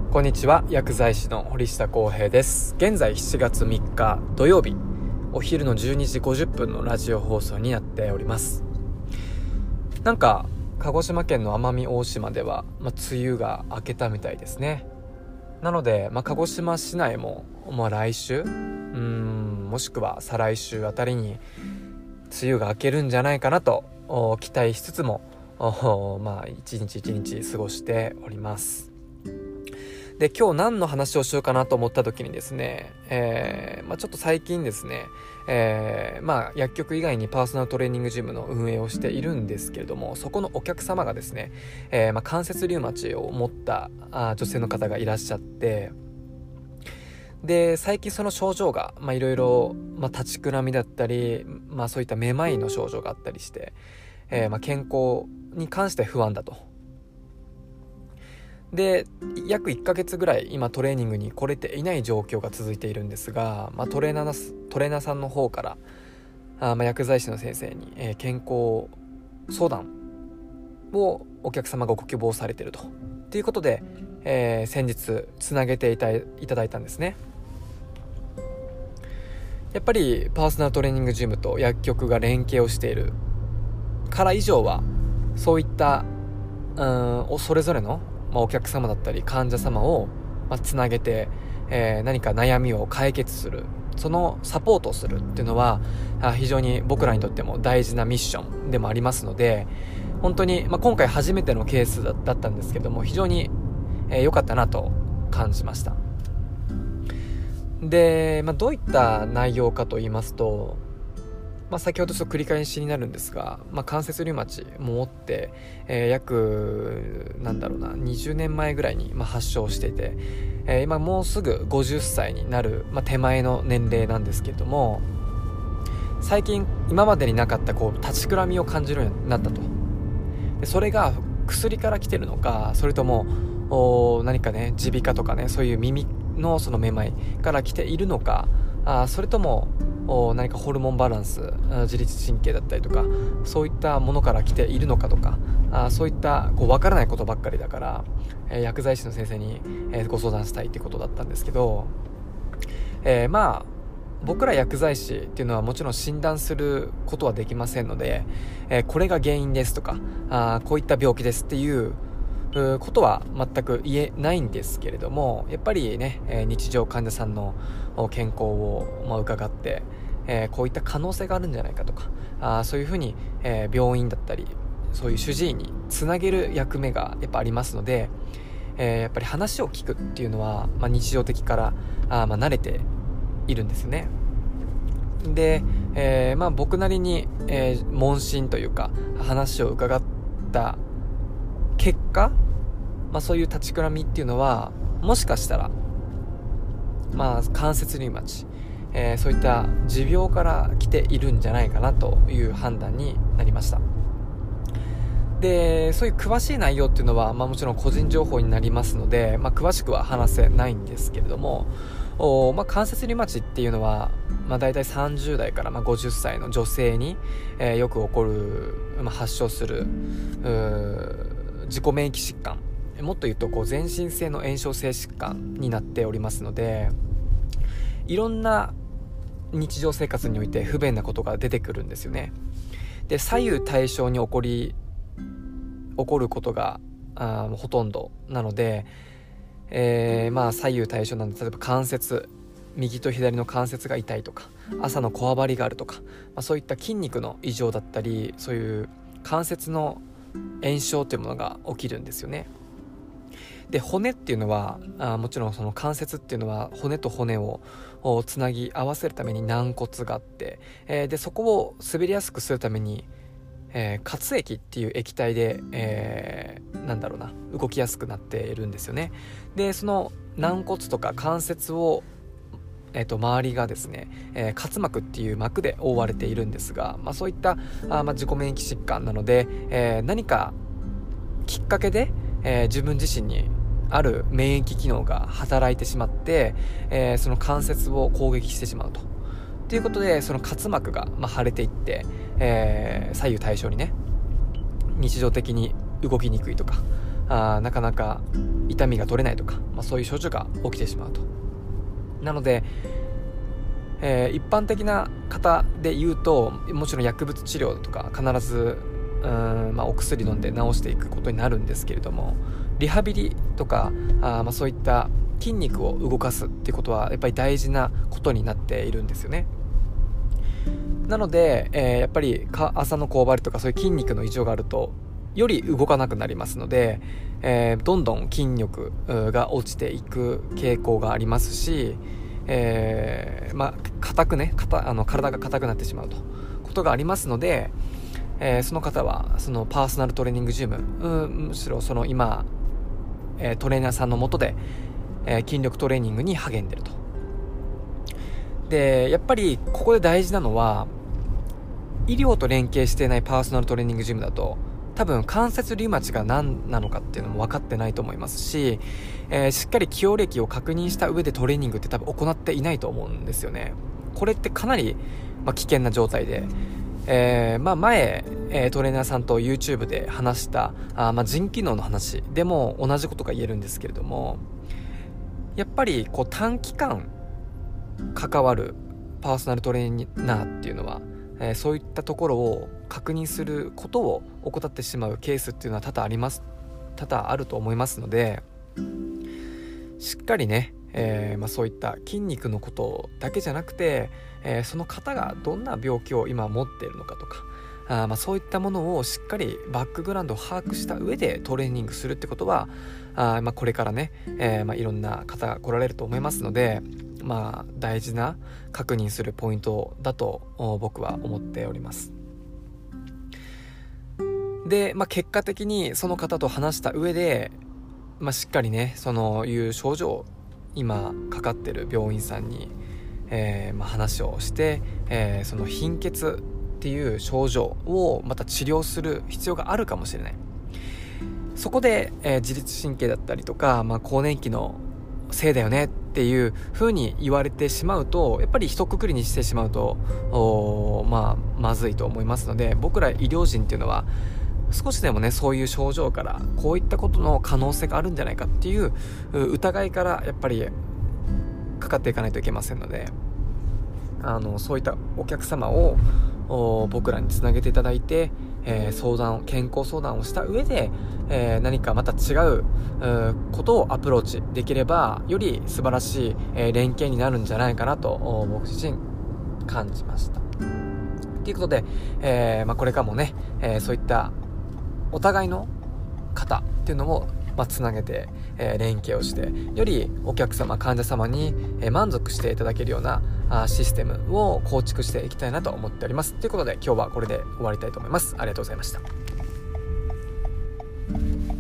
こんにちは、薬剤師の堀下康平です。現在7月3日土曜日、お昼の12時50分のラジオ放送になっております。なんか鹿児島県の奄美大島では、梅雨が明けたみたいですね。なので、鹿児島市内も、来週もしくは再来週あたりに梅雨が明けるんじゃないかなと期待しつつも一日一日過ごしております。で、今日何の話をしようかなと思った時にですね、ちょっと最近ですね、薬局以外にパーソナルトレーニングジムの運営をしているんですけれども、そこのお客様がですね、関節リウマチを持った女性の方がいらっしゃって、で最近その症状がいろいろ立ちくらみだったり、そういっためまいの症状があったりして、健康に関して不安だと。で約1ヶ月ぐらい今トレーニングに来れていない状況が続いているんですが、トレーナーさんの方から薬剤師の先生に、健康相談をお客様がご希望されているということで、先日つなげていただいたんですね。やっぱりパーソナルトレーニングジムと薬局が連携をしているから以上は、そういったそれぞれのお客様だったり患者様をつなげて、何か悩みを解決する、そのサポートをするっていうのは非常に僕らにとっても大事なミッションでもありますので、本当に、今回初めてのケースだったんですけども、非常に良かったなと感じました。で、どういった内容かと言いますと、先ほどちょっと繰り返しになるんですが、関節リウマチも持って、約20年前ぐらいに発症していて、今もうすぐ50歳になる、手前の年齢なんですけれども、最近今までになかった立ちくらみを感じるようになったと。でそれが薬から来てるのか、それとも何かね、耳鼻科とかね、そういう耳のそのめまいから来ているのか、それとも何かホルモンバランス、自律神経だったりとか、そういったものから来ているのかとか、そういった分からないことばっかりだから、薬剤師の先生に、ご相談したいってことだったんですけど、僕ら薬剤師っていうのはもちろん診断することはできませんので、これが原因ですとか、こういった病気ですっていうことは全く言えないんですけれども、やっぱりね、日常患者さんの健康を伺って、こういった可能性があるんじゃないかとか、そういうふうに、病院だったりそういう主治医につなげる役目がやっぱありますので、やっぱり話を聞くっていうのは、日常的から慣れているんですね。で、僕なりに、問診というか話を伺った結果、そういう立ちくらみっていうのはもしかしたら、関節リウマチ、そういった持病から来ているんじゃないかなという判断になりました。で、そういう詳しい内容っていうのは、もちろん個人情報になりますので、詳しくは話せないんですけれども、関節リウマチっていうのは、だいたい30代から50歳の女性に、よく起こる、発症する自己免疫疾患、もっと言うと全身性の炎症性疾患になっておりますので、いろんな日常生活において不便なことが出てくるんですよね。で、左右対称に起こることがほとんどなので、左右対称なんで、例えば関節、右と左の関節が痛いとか、朝のこわばりがあるとか、そういった筋肉の異常だったり、そういう関節の炎症というものが起きるんですよね。で、骨っていうのはもちろんその関節っていうのは骨と骨をつなぎ合わせるために軟骨があって、でそこを滑りやすくするために、活液っていう液体で、動きやすくなっているんですよね。で、その軟骨とか関節を周りがですね、滑膜っていう膜で覆われているんですが、そういった自己免疫疾患なので、何かきっかけで、自分自身にある免疫機能が働いてしまって、その関節を攻撃してしまうということで、その滑膜が腫れていって、左右対称にね、日常的に動きにくいとか、 なかなか痛みが取れないとか、そういう症状が起きてしまうと。なので、一般的な方で言うと、もちろん薬物治療とか必ずお薬飲んで治していくことになるんですけれども、リハビリとかそういった筋肉を動かすっていうことはやっぱり大事なことになっているんですよね。なので、やっぱり朝の勾張とかそういう筋肉の異常があるとより動かなくなりますので、どんどん筋力が落ちていく傾向がありますし、硬くね、体が硬くなってしまうとことがありますので、その方はそのパーソナルトレーニングジム、むしろその今、トレーナーさんの下で、筋力トレーニングに励んでると。でやっぱりここで大事なのは、医療と連携していないパーソナルトレーニングジムだと多分関節リウマチが何なのかっていうのも分かってないと思いますし、しっかり起用歴を確認した上でトレーニングって多分行っていないと思うんですよね。これってかなり、危険な状態で、前、トレーナーさんと YouTube で話した腎機能の話でも同じことが言えるんですけれども、やっぱりこう短期間関わるパーソナルトレーナーっていうのは、そういったところを確認することを怠ってしまうケースっていうのは多々あると思いますので、しっかりね、そういった筋肉のことだけじゃなくて、その方がどんな病気を今持っているのかとか、そういったものをしっかりバックグラウンドを把握した上でトレーニングするってことは、これからね、いろんな方が来られると思いますので、大事な確認するポイントだと僕は思っております。で、結果的にその方と話した上で、しっかりね、そのいう症状を今かかってる病院さんに、話をして、その貧血っていう症状をまた治療する必要があるかもしれない。そこで、自律神経だったりとか、更年期のせいだよねっていう風に言われてしまうと、やっぱり一括りにしてしまうとまずいと思いますので、僕ら医療人っていうのは少しでもね、そういう症状からこういったことの可能性があるんじゃないかっていう疑いからやっぱりかかっていかないといけませんので、そういったお客様を僕らにつなげていただいて、健康相談をした上で、何かまた違うことをアプローチできれば、より素晴らしい、連携になるんじゃないかなと僕自身感じました。ということで、これからもね、そういったお互いの方っていうのをつなげて、連携をして、よりお客様患者様に、満足していただけるようなシステムを構築していきたいなと思っております。ということで今日はこれで終わりたいと思います。ありがとうございました。